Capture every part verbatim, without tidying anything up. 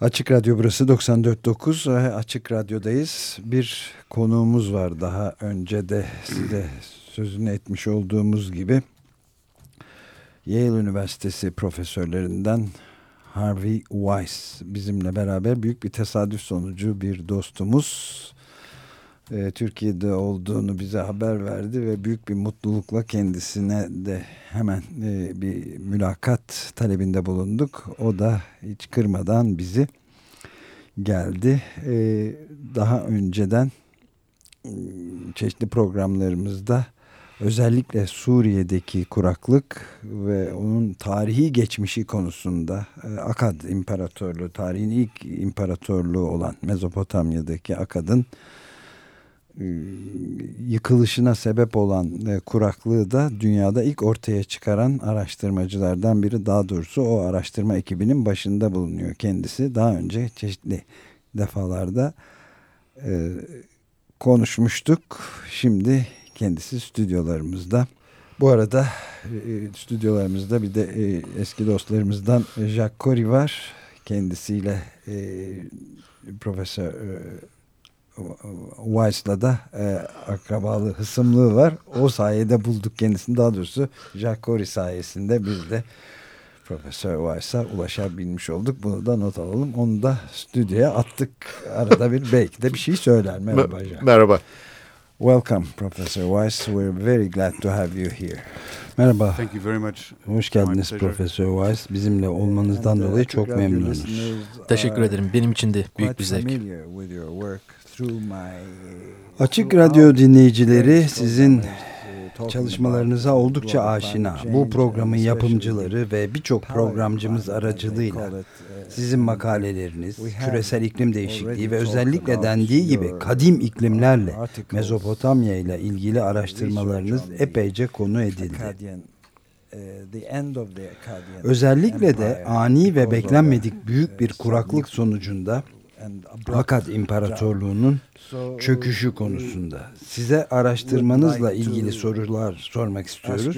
Açık Radyo burası doksan dört nokta dokuz ve Açık Radyo'dayız. Bir konuğumuz var, daha önce de size sözünü etmiş olduğumuz gibi. Yale Üniversitesi profesörlerinden Harvey Weiss bizimle beraber. Büyük bir tesadüf sonucu bir dostumuz. Ee, Türkiye'de olduğunu bize haber verdi ve büyük bir mutlulukla kendisine de hemen e, bir mülakat talebinde bulunduk. O da hiç kırmadan bizi geldi. Ee, daha önceden çeşitli programlarımızda özellikle Suriye'deki kuraklık ve onun tarihi geçmişi konusunda Akkad İmparatorluğu, tarihin ilk imparatorluğu olan Mezopotamya'daki Akkad'ın yıkılışına sebep olan kuraklığı da dünyada ilk ortaya çıkaran araştırmacılardan biri. Daha doğrusu o araştırma ekibinin başında bulunuyor kendisi. Daha önce çeşitli defalarda e, konuşmuştuk. Şimdi kendisi stüdyolarımızda. Bu arada e, stüdyolarımızda bir de e, eski dostlarımızdan Jack Corey var. Kendisiyle e, Profesör e, Weiss'la da e, akrabalığı, hısımlığı var. O sayede bulduk kendisini. Daha doğrusu Jack Corey sayesinde biz de Profesör Weiss'a ulaşabilmiş olduk. Bunu da not alalım. Onu da stüdyoya attık. Arada bir belki de bir şey söyler. Merhaba Jack. Merhaba. Welcome Professor Weiss. We're very glad to have you here. Merhaba. Thank you very much. Hoş geldiniz Profesör Weiss. Bizimle olmanızdan And, dolayı çok memnunuz. Teşekkür ederim. Benim için de büyük bir zevk. Açık Radyo dinleyicileri sizin çalışmalarınıza oldukça aşina. Bu programın yapımcıları ve birçok programcımız aracılığıyla sizin makaleleriniz, küresel iklim değişikliği ve özellikle dendiği gibi kadim iklimlerle Mezopotamya ile ilgili araştırmalarınız epeyce konu edildi. Özellikle de ani ve beklenmedik büyük bir kuraklık sonucunda Akkad İmparatorluğu'nun çöküşü konusunda size araştırmanızla ilgili sorular sormak istiyoruz.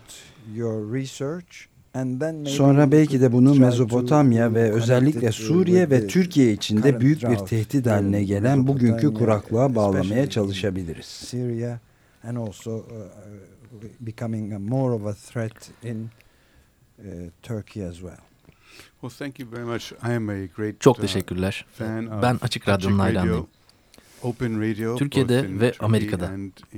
Sonra belki de bunu Mezopotamya ve özellikle Suriye ve Türkiye içinde büyük bir tehdit haline gelen bugünkü kuraklığa bağlamaya çalışabiliriz. Çok teşekkürler. Ben Açık Radyo'nun hayranıyım. Türkiye'de ve Amerika'da.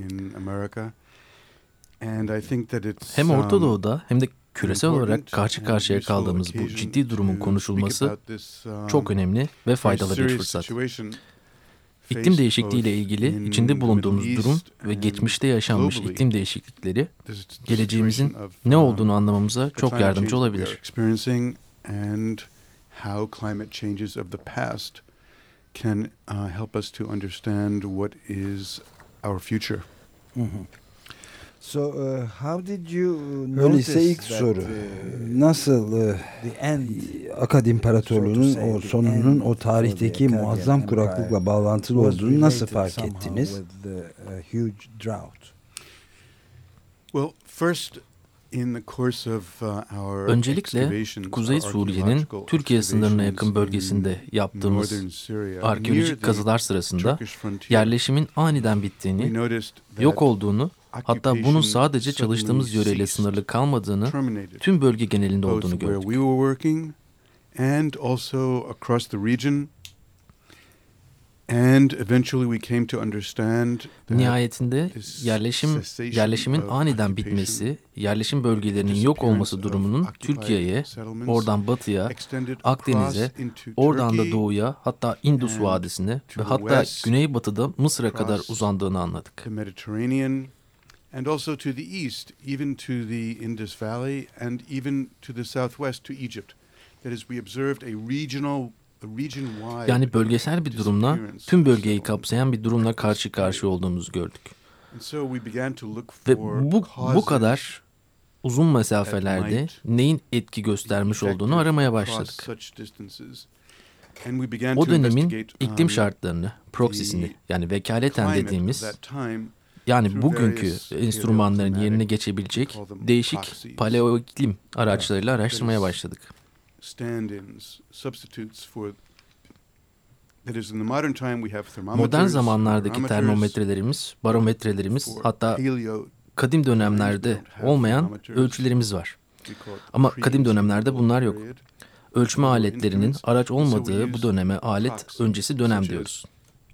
Hem Orta Doğu'da hem de küresel olarak karşı karşıya kaldığımız bu ciddi durumun konuşulması çok önemli ve faydalı bir fırsat. İklim değişikliği ile ilgili içinde bulunduğumuz durum ve geçmişte yaşanmış iklim değişiklikleri geleceğimizin ne olduğunu anlamamıza çok yardımcı olabilir. And how climate changes of the past can uh, help us to understand what is our future. Mm-hmm. So, uh, how did you Öyleyse ilk soru, nasıl uh, Akkad İmparatorluğu'nun o sonunun o tarihteki muazzam kuraklıkla bağlantılı olduğunu nasıl fark ettiniz? Well, first, öncelikle Kuzey Suriye'nin Türkiye sınırına yakın bölgesinde yaptığımız arkeolojik kazılar sırasında yerleşimin aniden bittiğini, yok olduğunu, hatta bunun sadece çalıştığımız yöreyle sınırlı kalmadığını, tüm bölge genelinde olduğunu gördük. And eventually we came to understand Nihayetinde yerleşim yerleşimin aniden bitmesi, yerleşim bölgelerinin yok olması durumunun Türkiye'ye, oradan batıya, Akdeniz'e, oradan da doğuya, hatta Indus Vadisi'ne ve hatta güneybatıda Mısır'a kadar uzandığını anladık. And also to the east, even to the Indus Valley and even to the southwest to Egypt. That is, we observed a regional Yani bölgesel bir durumla, tüm bölgeyi kapsayan bir durumla karşı karşıya olduğumuzu gördük. Ve bu, bu kadar uzun mesafelerde neyin etki göstermiş olduğunu aramaya başladık. O dönemin iklim şartlarını, proxisini, yani vekaleten dediğimiz, yani bugünkü enstrümanların yerine geçebilecek değişik paleoiklim araçlarıyla araştırmaya başladık. Stand-ins, substitutes for Modern zamanlardaki termometrelerimiz, barometrelerimiz, hatta kadim dönemlerde olmayan ölçülerimiz var. Ama kadim dönemlerde bunlar yok. Ölçme aletlerinin araç olmadığı bu döneme alet öncesi dönem diyoruz.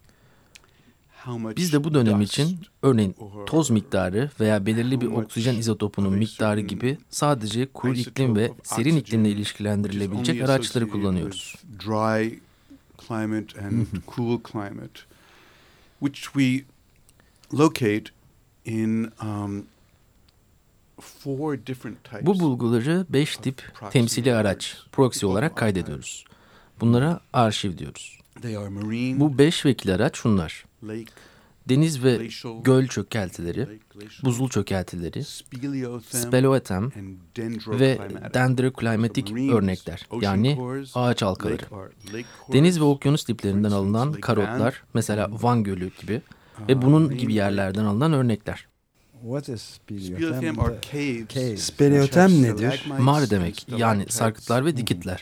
Biz de bu dönem için örneğin toz miktarı veya belirli bir oksijen izotopunun miktarı gibi sadece kuru iklim ve serin iklimle ilişkilendirilebilecek araçları kullanıyoruz. Climate and cool climate, which we locate in um, four different types. Bu bulguları beş tip temsili araç, proxy olarak kaydediyoruz. Bunlara arşiv diyoruz. Bu beş vekil araç şunlar: deniz ve göl çökeltileri, buzul çökeltileri, speleotem ve dendroklimatik örnekler, yani ağaç halkaları. Deniz ve okyanus diplerinden alınan karotlar, mesela Van Gölü gibi ve bunun gibi yerlerden alınan örnekler. Speleotem nedir? Mağara demek, yani sarkıtlar ve dikitler.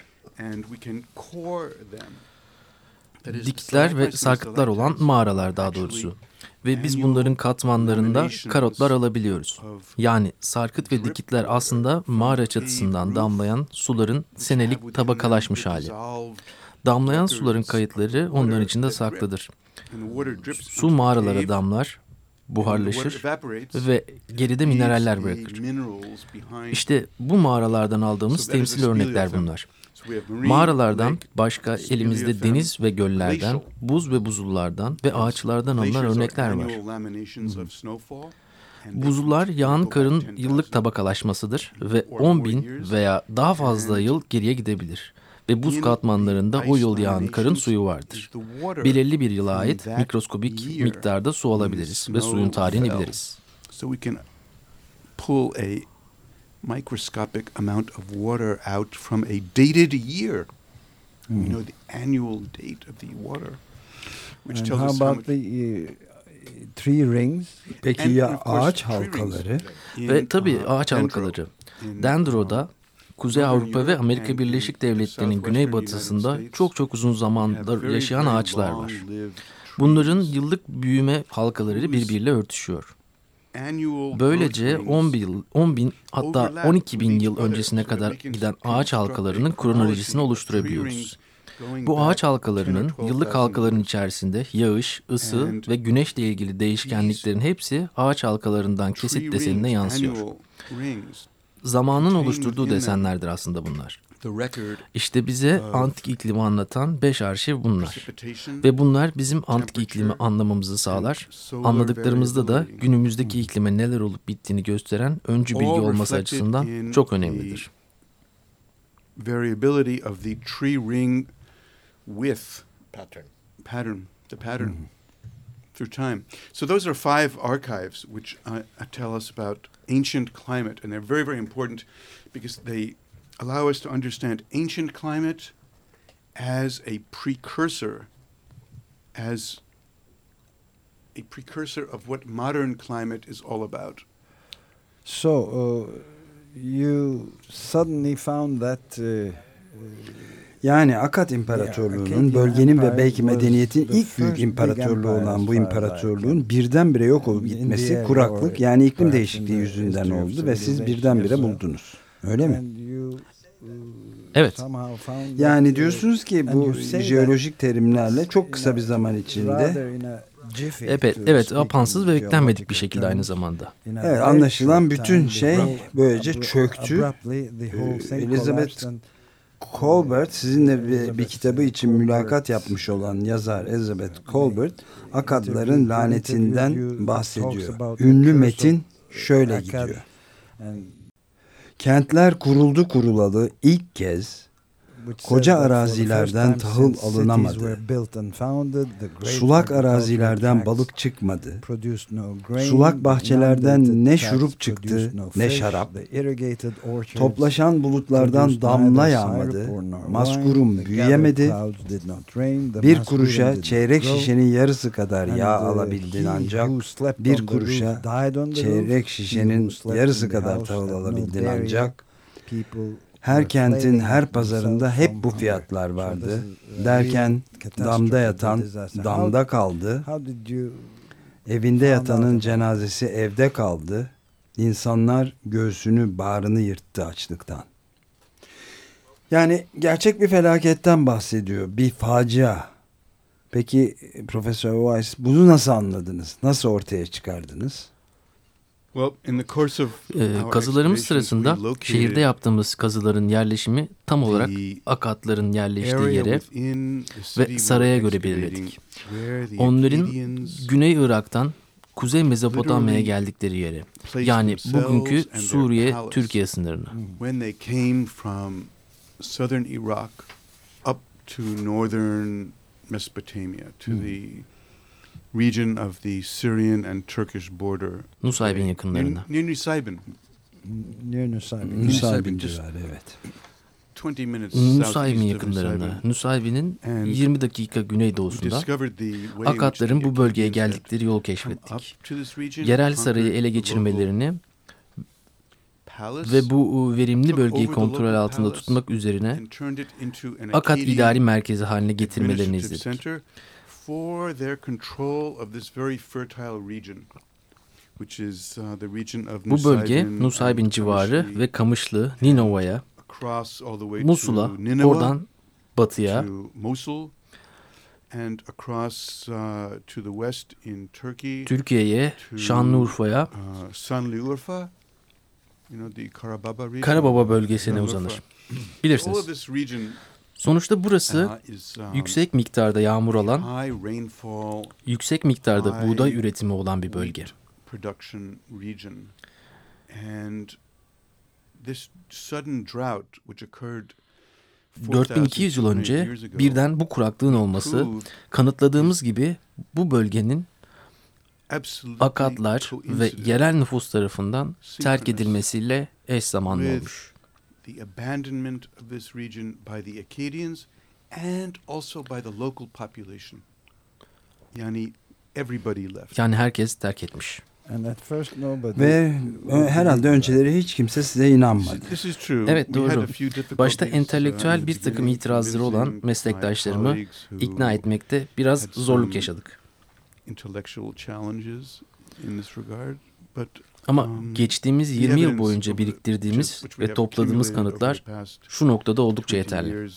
Dikitler ve sarkıtlar olan mağaralar daha doğrusu. Ve biz bunların katmanlarında karotlar alabiliyoruz. Yani sarkıt ve dikitler aslında mağara çatısından damlayan suların senelik tabakalaşmış hali. Damlayan suların kayıtları onların içinde saklıdır. Su mağaralara damlar, buharlaşır ve geride mineraller bırakır. İşte bu mağaralardan aldığımız temsil örnekler bunlar. Mağaralardan başka elimizde deniz ve göllerden, buz ve buzullardan ve ağaçlardan alınan örnekler var. Buzullar yağan karın yıllık tabakalaşmasıdır ve on bin veya daha fazla yıl geriye gidebilir. Ve buz katmanlarında o yıl yağan karın suyu vardır. Belirli bir yıla ait mikroskobik miktarda su alabiliriz ve suyun tarihini biliriz. Microscopic amount of water out from a dated year. Mm. You know the annual date of the water, which And tells how us how about much the uh, tree rings? Peki ya ağaç halkaları? Ve tabii ağaç halkaları. Dendro'da Kuzey Avrupa ve Amerika Birleşik Devletleri'nin güneybatısında çok çok uzun zamandır yaşayan ağaçlar var. Bunların yıllık büyüme halkaları birbiriyle örtüşüyor. Böylece on bin, on bin hatta on iki bin yıl öncesine kadar giden ağaç halkalarının kronolojisini oluşturabiliyoruz. Bu ağaç halkalarının yıllık halkaların içerisinde yağış, ısı ve güneşle ilgili değişkenliklerin hepsi ağaç halkalarından kesit desenine yansıyor. Zamanın oluşturduğu desenlerdir aslında bunlar. İşte bize antik iklimi anlatan beş arşiv bunlar. Ve bunlar bizim antik iklimi anlamamızı sağlar. Anladıklarımızda da günümüzdeki iklime neler olup bittiğini gösteren öncü bilgi olması açısından çok önemlidir. Variability of the tree ring width pattern. Pattern, the pattern through time. So those are five archives which uh, tell us about ancient climate, and they're very very important because they allow us to understand ancient climate as a precursor, as a precursor of what modern climate is all about. So uh, you suddenly found that uh, yani Akkad İmparatorluğu'nun bölgenin ve belki medeniyetin ilk büyük imparatorluğu olan bu imparatorluğun birdenbire yok olup gitmesi kuraklık yani iklim değişikliği yüzünden oldu ve siz birdenbire buldunuz. Öyle mi? Evet. Yani diyorsunuz ki bu jeolojik terimlerle çok kısa bir zaman içinde Evet, evet, apansız ve beklenmedik bir şekilde aynı zamanda. Evet, anlaşılan bütün şey böylece çöktü. Elizabeth Kolbert sizinle bir, bir kitabı için mülakat yapmış olan yazar Elizabeth Kolbert Akkadların lanetinden bahsediyor. Ünlü metin şöyle gidiyor. Kentler kuruldu kurulalı ilk kez koca arazilerden tahıl alınamadı. Sulak arazilerden balık çıkmadı. Sulak bahçelerden ne şurup çıktı ne şarap. Toplaşan bulutlardan damla yağmadı. Maskurum büyüyemedi. Bir kuruşa çeyrek şişenin yarısı kadar yağ alabildin ancak bir kuruşa çeyrek şişenin yarısı kadar tahıl alabildin ancak Her kentin her pazarında hep bu fiyatlar vardı. Derken damda yatan damda kaldı. Evinde yatanın cenazesi evde kaldı. İnsanlar göğsünü bağrını yırttı açlıktan. Yani gerçek bir felaketten bahsediyor. Bir facia. Peki Profesör Weiss, bunu nasıl anladınız? Nasıl ortaya çıkardınız? Ee, kazılarımız sırasında şehirde yaptığımız kazıların yerleşimi tam olarak Akatların yerleştiği yere ve saraya göre belirledik. Onların Güney Irak'tan Kuzey Mezopotamya'ya geldikleri yere, yani bugünkü Suriye, Türkiye sınırına. Southern Iraq up to northern Mesopotamia, to hmm. the region of the Syrian and Turkish border. Nusaybin yakınlarına. Near Nusaybin. Near Nusaybin. Nusaybin civarı, evet. Nusaybin yakınlarında. Nusaybin'in yirmi dakika güneydoğusunda Akatların bu bölgeye geldikleri yolu keşfettik. Yerel sarayı ele geçirmelerini ve bu verimli bölgeyi kontrol altında tutmak üzerine Akat idari merkezi haline getirmelerini izledik. Bu bölge Nusaybin civarı ve Kamışlı, Ninova'ya, Musul'a, oradan batıya, Türkiye'ye, Şanlıurfa'ya, Karababa bölgesine uzanır. Bilirsiniz. Sonuçta burası yüksek miktarda yağmur alan, yüksek miktarda buğday üretimi olan bir bölge. dört bin iki yüz yıl önce birden bu kuraklığın olması kanıtladığımız gibi bu bölgenin Akatlar ve yerel nüfus tarafından terk edilmesiyle eş zamanlı olmuş. Yani herkes terk etmiş. Ve herhalde önceleri hiç kimse size inanmadı. Evet, doğru. Başta entelektüel bir takım itirazları olan meslektaşlarımı ikna etmekte biraz zorluk yaşadık. Ama geçtiğimiz yirmi yıl boyunca biriktirdiğimiz ve topladığımız kanıtlar şu noktada oldukça yeterli.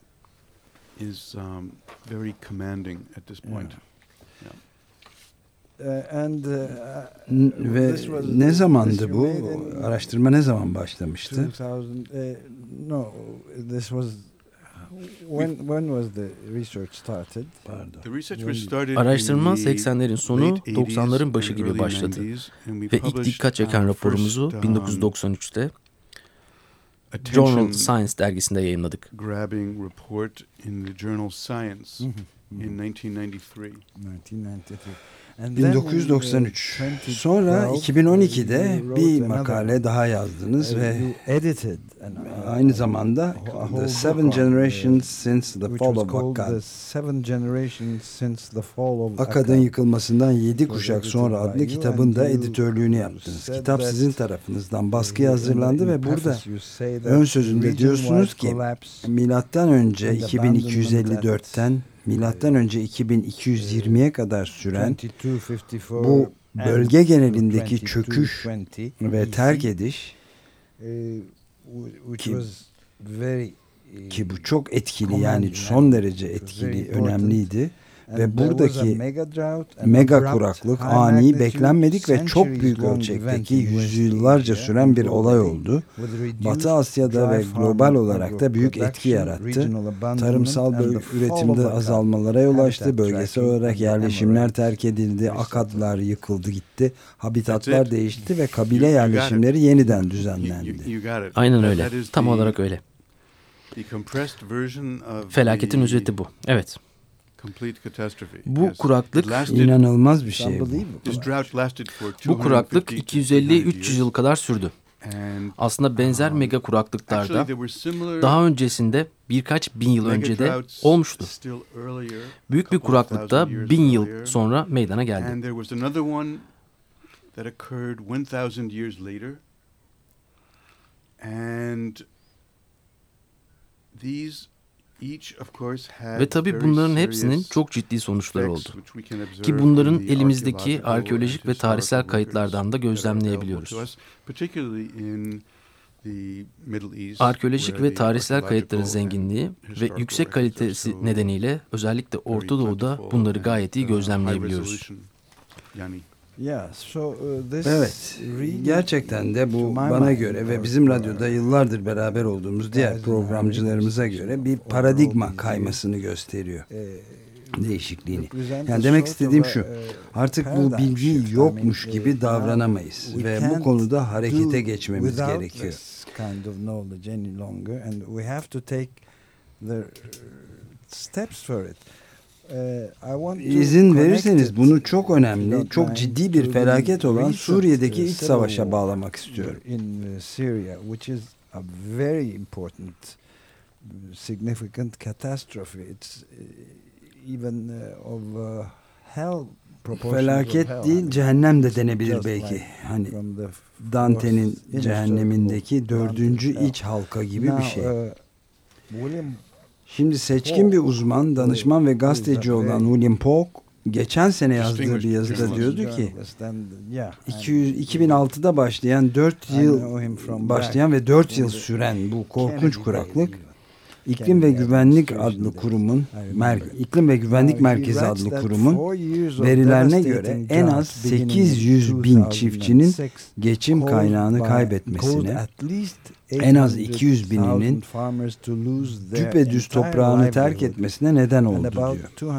And, uh, ve ne zamandı bu? Araştırma ne zaman başlamıştı? No, this was when when was the research started? Pardon. Araştırma seksenlerin sonu doksanların başı gibi başladı ve ilk dikkat çeken raporumuzu bin dokuz yüz doksan üçte Journal Science dergisinde yayınladık. Grabbing report in the Journal Science in nineteen ninety-three. bin dokuz yüz doksan üç. Sonra iki bin on ikide bir makale daha yazdınız ve aynı zamanda The Seven Generations Since the Fall of Akkad, Akkad'ın yıkılmasından yedi kuşak sonra adlı kitabın da editörlüğünü yaptınız. Kitap sizin tarafınızdan baskıya hazırlandı ve burada ön sözünde diyorsunuz ki milattan önce iki bin iki yüz elli dörtten milattan önce iki bin iki yüz yirmiye kadar süren bu bölge genelindeki çöküş ve terk ediş ki, ki bu çok etkili, yani son derece etkili, önemliydi. Ve buradaki mega kuraklık ani, beklenmedik ve çok büyük ölçekteki yüzyıllarca süren bir olay oldu. Batı Asya'da ve global olarak da büyük etki yarattı. Tarımsal üretimde azalmalara yol açtı. Bölgesel olarak yerleşimler terk edildi. Akkadlar yıkıldı gitti. Habitatlar değişti ve kabile yerleşimleri yeniden düzenlendi. Aynen öyle. Tam olarak öyle. Felaketin özeti bu. Evet. Bu kuraklık inanılmaz bir şey. Bu, bu kuraklık iki yüz elli üç yüz yıl kadar sürdü. Aslında benzer mega kuraklıklarda daha öncesinde birkaç bin yıl önce de olmuştu. Büyük bir kuraklıkta bin yıl sonra meydana geldi. these each of course had Ve tabii bunların hepsinin çok ciddi sonuçları oldu. Ki bunların elimizdeki arkeolojik ve tarihsel kayıtlardan da gözlemleyebiliyoruz. Arkeolojik ve tarihsel kayıtların zenginliği ve yüksek kalitesi nedeniyle özellikle Orta Doğu'da bunları gayet iyi gözlemleyebiliyoruz. Yeah, so, uh, this evet, gerçekten de bu bana göre ve bizim radyoda yıllardır beraber olduğumuz diğer programcılarımıza göre bir paradigma kaymasını gösteriyor. Değişikliğini. Yani demek istediğim şu, artık bu bilgi yokmuş gibi davranamayız ve bu konuda harekete geçmemiz gerekiyor. Kind of knowledge any longer, and we have to take the steps for it. İzin verirseniz bunu çok önemli, çok ciddi bir felaket olan Suriye'deki iç savaşa bağlamak istiyorum. In Syria, which is a very important, significant catastrophe. It's even of hell proportions. Felaket değil, cehennem de denebilir belki. Hani Dante'nin cehennemindeki dördüncü iç halka gibi bir şey. Şimdi seçkin bir uzman, danışman ve gazeteci olan William Polk geçen sene yazdığı bir yazıda diyordu ki iki bin altıda başlayan dört yıl başlayan ve dört yıl süren bu korkunç kuraklık İklim ve Güvenlik adlı kurumun İklim ve Güvenlik Merkezi adlı kurumun verilerine göre en az sekiz yüz bin çiftçinin geçim kaynağını kaybetmesine, en az iki yüz bininin düpedüz toprağını terk etmesine neden oldu diyor.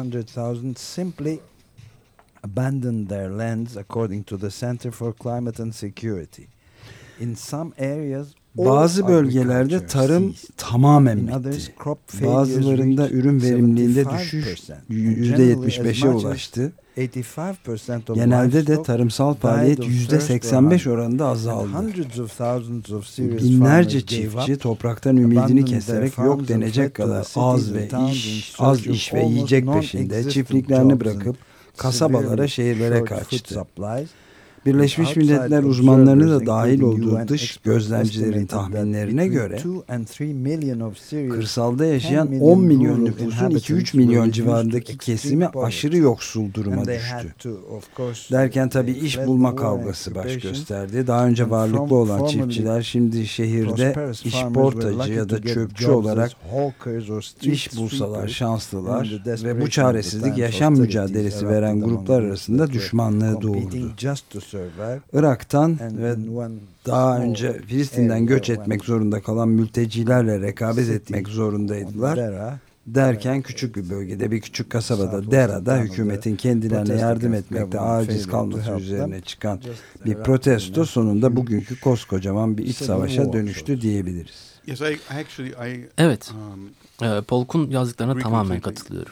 Abandoned their lands according to the Center for Climate and Security. In some areas bazı bölgelerde tarım tamamen bitti. Bazılarında ürün verimliliğinde düşüş yüzde yetmiş beşe ulaştı. Genelde de tarımsal faaliyet yüzde seksen beş oranında azaldı. Binlerce çiftçi topraktan ümidini keserek yok denecek kadar az ve iş, az iş ve yiyecek peşinde çiftliklerini bırakıp kasabalara, şehirlere kaçtı. Birleşmiş Milletler uzmanlarının da dahil olduğu dış gözlemcilerin tahminlerine göre kırsalda yaşayan on milyon nüfusun iki üç milyon civarındaki kesimi aşırı yoksul duruma düştü. Derken tabii iş bulma kavgası baş gösterdi. Daha önce varlıklı olan çiftçiler şimdi şehirde işportacı ya da çöpçü olarak iş bulsalar şanslılar ve bu çaresizlik yaşam mücadelesi veren gruplar arasında düşmanlığı doğurdu. Irak'tan ve daha önce Filistin'den göç etmek zorunda kalan mültecilerle rekabet etmek zorundaydılar. Derken küçük bir bölgede, bir küçük kasabada, Dera'da hükümetin kendilerine yardım etmekte aciz kalması üzerine çıkan bir protesto sonunda bugünkü koskocaman bir iç savaşa dönüştü diyebiliriz. Evet, Polk'un yazdıklarına tamamen katılıyorum.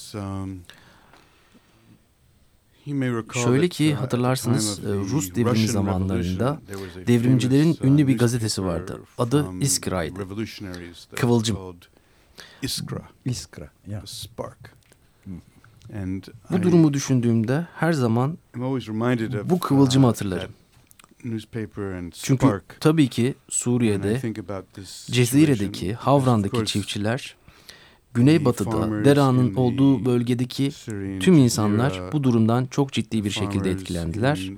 Şöyle ki hatırlarsınız Rus devrimi zamanlarında devrimcilerin ünlü bir gazetesi vardı. Adı İskra'ydı. Kıvılcım. Iskra. Iskra. Yeah. Spark. Bu durumu düşündüğümde her zaman bu kıvılcımı hatırlarım. Çünkü tabii ki Suriye'de, Cezire'deki, Havran'daki çiftçiler, Güneybatı'da, Dera'nın olduğu bölgedeki tüm insanlar bu durumdan çok ciddi bir şekilde etkilendiler.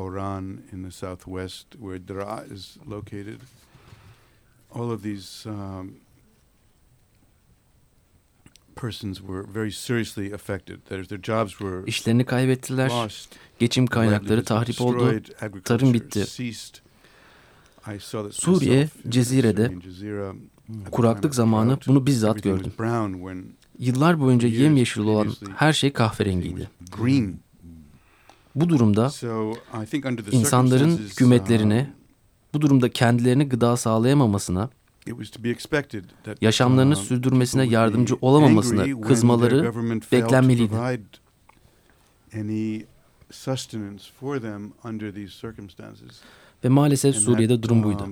İşlerini kaybettiler, geçim kaynakları tahrip oldu, tarım bitti. Suriye, Cezire'de kuraklık zamanı bunu bizzat gördüm. Yıllar boyunca yemyeşil olan her şey kahverengiydi. Bu durumda insanların hükümetlerine, bu durumda kendilerine gıda sağlayamamasına, yaşamlarını sürdürmesine yardımcı olamamasına kızmaları beklenmeliydi. Ve maalesef Suriye'de durum buydu.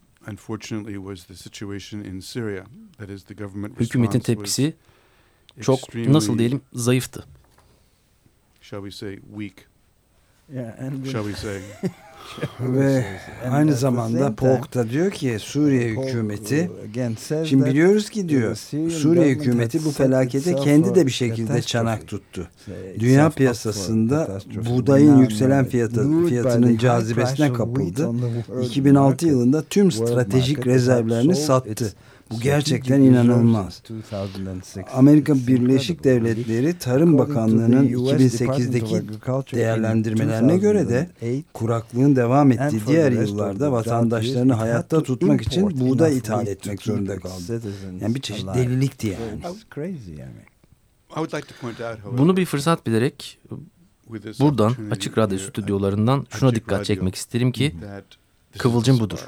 Hükümetin tepkisi çok, nasıl diyelim, zayıftı. shall we say. Ve aynı zamanda P O K da diyor ki Suriye hükümeti, şimdi biliyoruz ki diyor, Suriye hükümeti bu felakete kendi de bir şekilde çanak tuttu. Dünya piyasasında buğdayın yükselen fiyatı, fiyatının cazibesine kapıldı. iki bin altı yılında tüm stratejik rezervlerini sattı. Bu gerçekten inanılmaz. Amerika Birleşik Devletleri Tarım Bakanlığı'nın iki bin sekizdeki değerlendirmelerine göre de kuraklığın devam ettiği diğer yıllarda vatandaşlarını hayatta tutmak için buğday ithal etmek zorunda kaldı. Yani bir çeşit delilikti yani. Bunu bir fırsat bilerek buradan Açık Radyo stüdyolarından şuna dikkat çekmek isterim ki kıvılcım budur.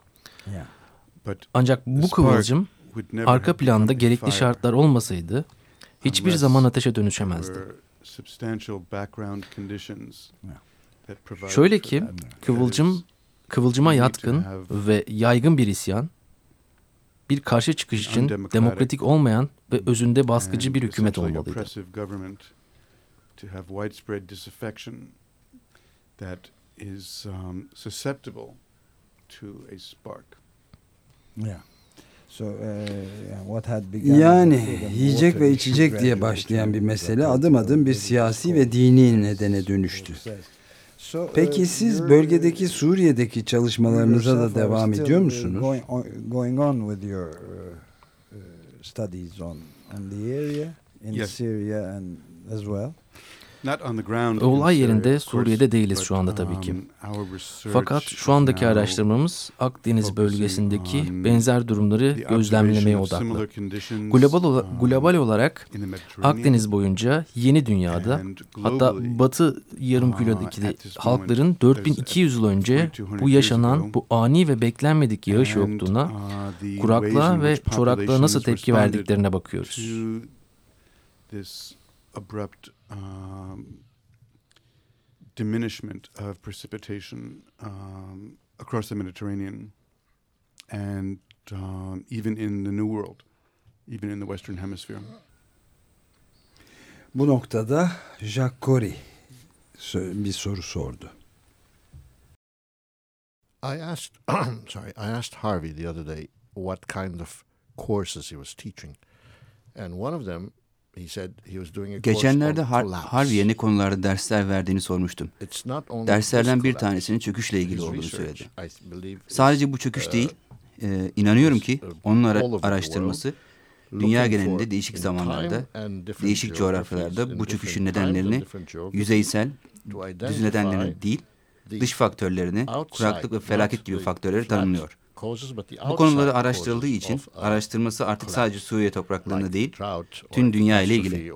Ancak bu kıvılcım arka planda gerekli şartlar olmasaydı hiçbir zaman ateşe dönüşemezdi. Şöyle ki kıvılcım, kıvılcıma yatkın ve yaygın bir isyan, bir karşı çıkış için demokratik olmayan ve özünde baskıcı bir hükümet olmalıydı. Yani yiyecek ve içecek diye başlayan bir mesele adım adım bir siyasi ve dini nedene dönüştü. Peki siz bölgedeki Suriye'deki çalışmalarınıza da devam ediyor musunuz? Olay yerinde Suriye'de değiliz şu anda tabii ki. Fakat şu andaki araştırmamız Akdeniz bölgesindeki benzer durumları gözlemlemeye odaklı. Global, global olarak Akdeniz boyunca yeni dünyada, hatta Batı Yarımküre'deki halkların dört bin iki yüz yıl önce bu yaşanan bu ani ve beklenmedik yağış yokluğuna, kuraklığa ve çoraklığa nasıl tepki verdiklerine bakıyoruz. Abrupt um, diminishment of precipitation um, across the Mediterranean and um, even in the New World, even in the Western Hemisphere. Bu noktada Jacques Corey bir soru sordu. I asked, sorry, I asked Harvey the other day what kind of courses he was teaching, and one of them. Geçenlerde Har- Harvey'e ne konularda dersler verdiğini sormuştum. Derslerden bir tanesinin çöküşle ilgili olduğunu söyledi. Sadece bu çöküş değil, e, inanıyorum ki onun ara- araştırması dünya genelinde değişik zamanlarda, değişik coğrafyalarda bu çöküşün nedenlerini yüzeysel, düz nedenlerini değil, dış faktörlerini, kuraklık ve felaket gibi faktörleri tanımlıyor. Bu konuları araştırıldığı için araştırması artık sadece Suriye topraklarında değil, tüm dünya ile ilgili.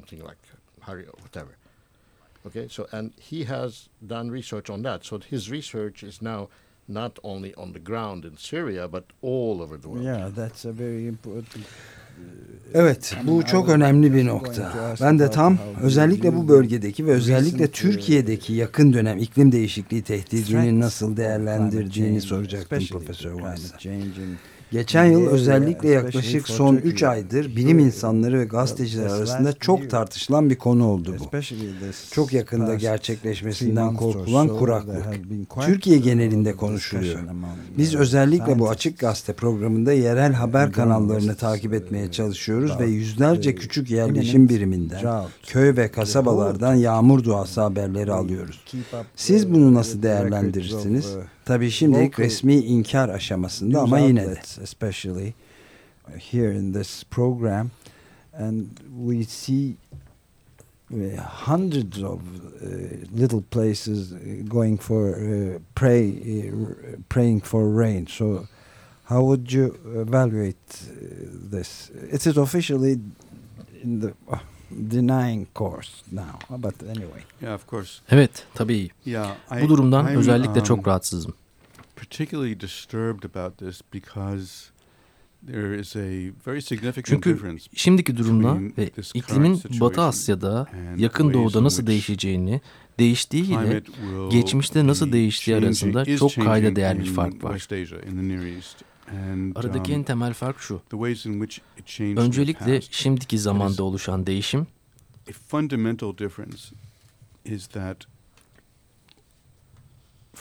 Okay, so and he has done research on that. So his research is now not only on the ground in Syria but all over the world. Yeah, that's a very important. Evet, bu çok önemli bir nokta. Ben de tam özellikle bu bölgedeki ve özellikle Türkiye'deki yakın dönem iklim değişikliği tehdidini nasıl değerlendirdiğini soracaktım Profesör Weiss'a. Geçen yıl özellikle yaklaşık son üç aydır bilim insanları ve gazeteciler arasında çok tartışılan bir konu oldu bu. Çok yakında gerçekleşmesinden korkulan kuraklık. Türkiye genelinde konuşuluyor. Biz özellikle bu Açık Gazete programında yerel haber kanallarını takip etmeye çalışıyoruz ve yüzlerce küçük yerleşim biriminden, köy ve kasabalardan yağmur duası haberleri alıyoruz. Siz bunu nasıl değerlendirirsiniz? Tabii şimdilik resmi inkar aşamasında ama yine de. Especially here in this program, and we see hundreds of uh, little places going for uh, pray, uh, praying for rain. So, how would you evaluate this? It is officially in the uh, denying course now, but anyway. Yeah, of course. Evet, tabii. Yeah, I, Bu durumdan I'm, özellikle um, çok rahatsızım. Particularly disturbed about this because there is a very significant Çünkü difference şimdiki durumda ve iklimin Batı Asya'da, Yakın Doğu'da nasıl değişeceğini, değiştiğiyle geçmişte nasıl değiştiği arasında çok kayda değer bir fark var. Aradaki en temel fark şu. Öncelikle şimdiki zamanda oluşan değişim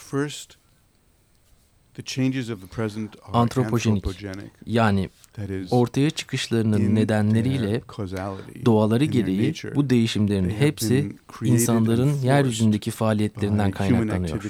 First, antropojenik, yani ortaya çıkışlarının nedenleriyle doğaları gereği bu değişimlerin hepsi insanların yeryüzündeki faaliyetlerinden kaynaklanıyor.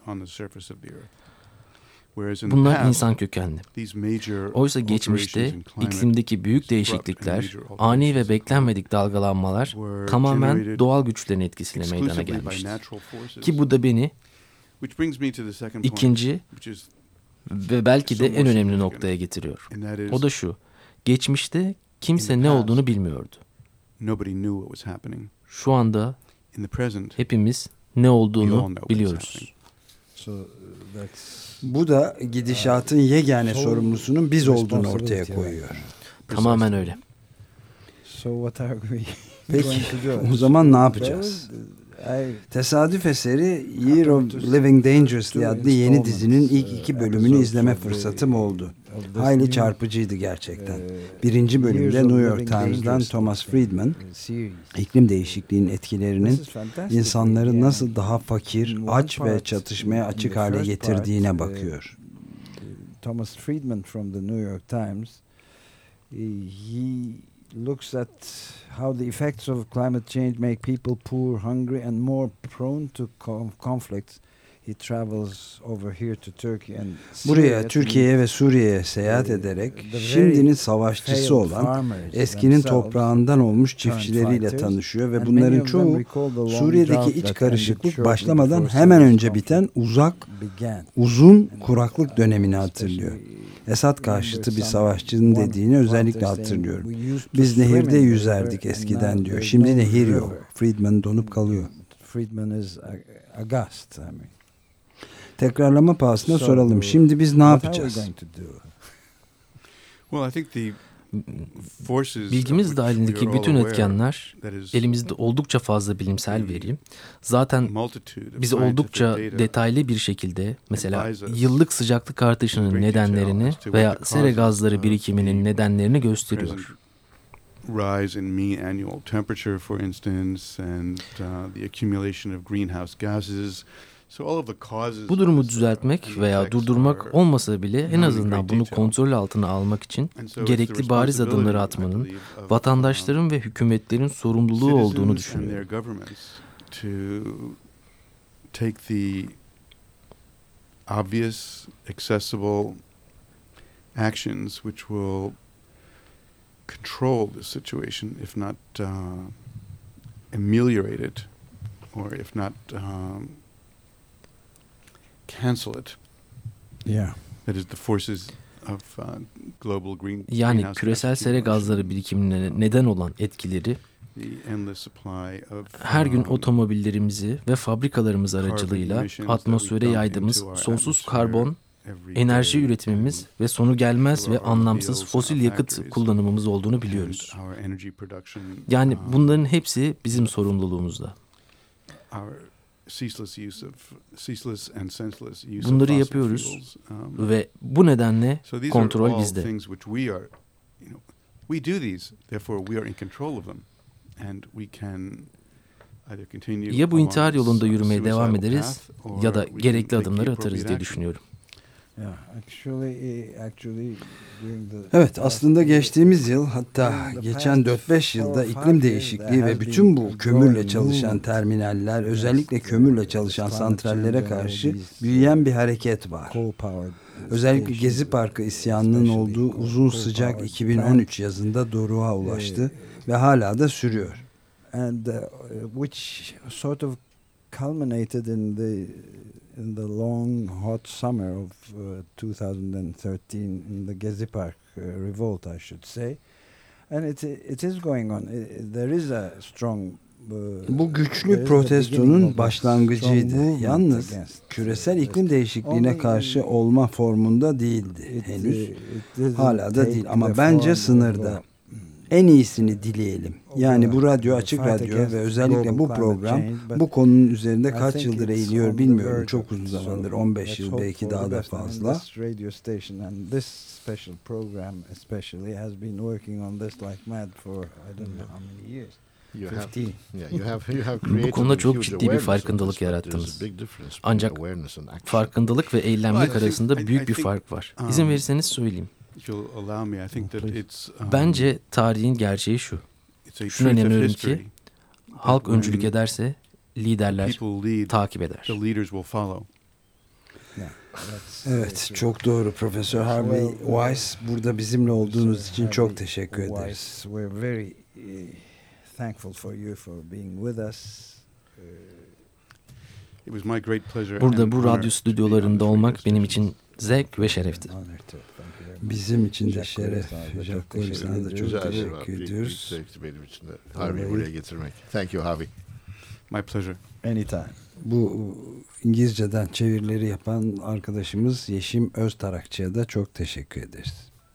Bunlar insan kökenli. Oysa geçmişte iklimdeki büyük değişiklikler, ani ve beklenmedik dalgalanmalar tamamen doğal güçlerin etkisiyle meydana gelmiştir. Ki bu da beni İkinci ve belki de en önemli noktaya getiriyor. O da şu: geçmişte kimse ne olduğunu bilmiyordu. Şu anda hepimiz ne olduğunu biliyoruz. Bu da gidişatın yegane sorumlusunun biz olduğunu ortaya koyuyor. Tamamen öyle. Peki o zaman ne yapacağız? Tesadüf eseri Year of Living Dangerously adlı yeni dizinin ilk iki bölümünü izleme fırsatım oldu. Hayli çarpıcıydı gerçekten. Birinci bölümde New York Times'dan Thomas Friedman, iklim değişikliğinin etkilerinin insanları nasıl daha fakir, aç ve çatışmaya açık hale getirdiğine bakıyor. Thomas Friedman from the New York Times, he looks at how the effects of climate change make people poor, hungry and more prone to conflicts. He travels over here to Turkey and buraya, Türkiye'ye ve Suriye'ye seyahat ederek şimdinin savaşçısı olan, eskinin toprağından olmuş çiftçileriyle tanışıyor ve bunların çoğu Suriye'deki iç karışıklık başlamadan hemen önce biten uzak, uzun kuraklık dönemini hatırlıyor. Esad karşıtı bir savaşçının dediğini özellikle hatırlıyorum. Biz nehirde yüzerdik eskiden diyor. Şimdi nehir yok. Friedman donup kalıyor. Friedman is aghast. Tekrarlama pahasına soralım. Şimdi biz ne yapacağız? Bilgimiz dahilindeki bütün etkenler, elimizde oldukça fazla bilimsel veri, zaten bize oldukça detaylı bir şekilde mesela yıllık sıcaklık artışının nedenlerini veya sera gazları birikiminin nedenlerini gösteriyor. Rise in mean annual temperature, for instance, and uh, the accumulation of greenhouse gases. Bu durumu düzeltmek veya durdurmak olmasa bile en azından bunu kontrol altına almak için gerekli bariz adımları atmanın vatandaşların ve hükümetlerin sorumluluğu olduğunu düşünüyorum. Take the obvious, accessible actions which will control the situation, if not uh, ameliorate it, or if not um, cancel it. Yeah. That is the forces of uh, global green. Yani küresel sera gazları birikimine neden olan etkileri, her gün otomobillerimizi ve fabrikalarımız aracılığıyla atmosfere yaydığımız sonsuz karbon, enerji üretimimiz ve sonu gelmez ve anlamsız fosil yakıt kullanımımız olduğunu biliyoruz. Yani bunların hepsi bizim sorumluluğumuzda. Bunları yapıyoruz ve bu nedenle kontrol bizde. Ya bu intihar yolunda yürümeye devam ederiz ya da gerekli adımları atarız diye düşünüyorum. Evet, aslında geçtiğimiz yıl, hatta geçen dört beş yılda iklim değişikliği ve bütün bu kömürle çalışan terminaller, özellikle kömürle çalışan santrallere karşı büyüyen bir hareket var. Özellikle Gezi Parkı isyanının olduğu uzun sıcak iki bin on üç yazında doruğa ulaştı ve hala da sürüyor. And uh, which sort of culminated in the in the long hot summer of uh, twenty thirteen in the Gezi Park uh, revolt, I should say, and it it is going on. It, there is a strong. Uh, Bu güçlü protestonun başlangıcıydı. Yalnız küresel iklim değişikliğine karşı olma formunda değildi henüz. Hala da değil ama bence sınırda. En iyisini dileyelim. Yani bu radyo, Açık Radyo ve özellikle bu program bu konunun üzerinde kaç yıldır eğiliyor bilmiyorum. Çok uzun zamandır, on beş yıl, belki daha da fazla. Bu konuda çok ciddi bir farkındalık yarattınız. Ancak farkındalık ve eylemlik arasında büyük bir fark var. İzin verirseniz söyleyeyim. Bence tarihin gerçeği şu. Şuna inanıyorum ki halk öncülük ederse liderler takip eder. Evet, çok doğru Profesör Harvey Weiss. Burada bizimle olduğunuz için çok teşekkür ederiz. We're very thankful for you for being with us. Burada bu radyo stüdyolarında olmak benim için zevk ve şerefti. Bizim için de şeref. Jacob, sana da çok teşekkür ediyoruz. Zevkti benim için de Harvey'i buraya getirmek. Thank you Harvey. My pleasure. Anytime. Bu İngilizceden çevirileri yapan arkadaşımız Yeşim Öztarakçı'ya da çok teşekkür ederiz.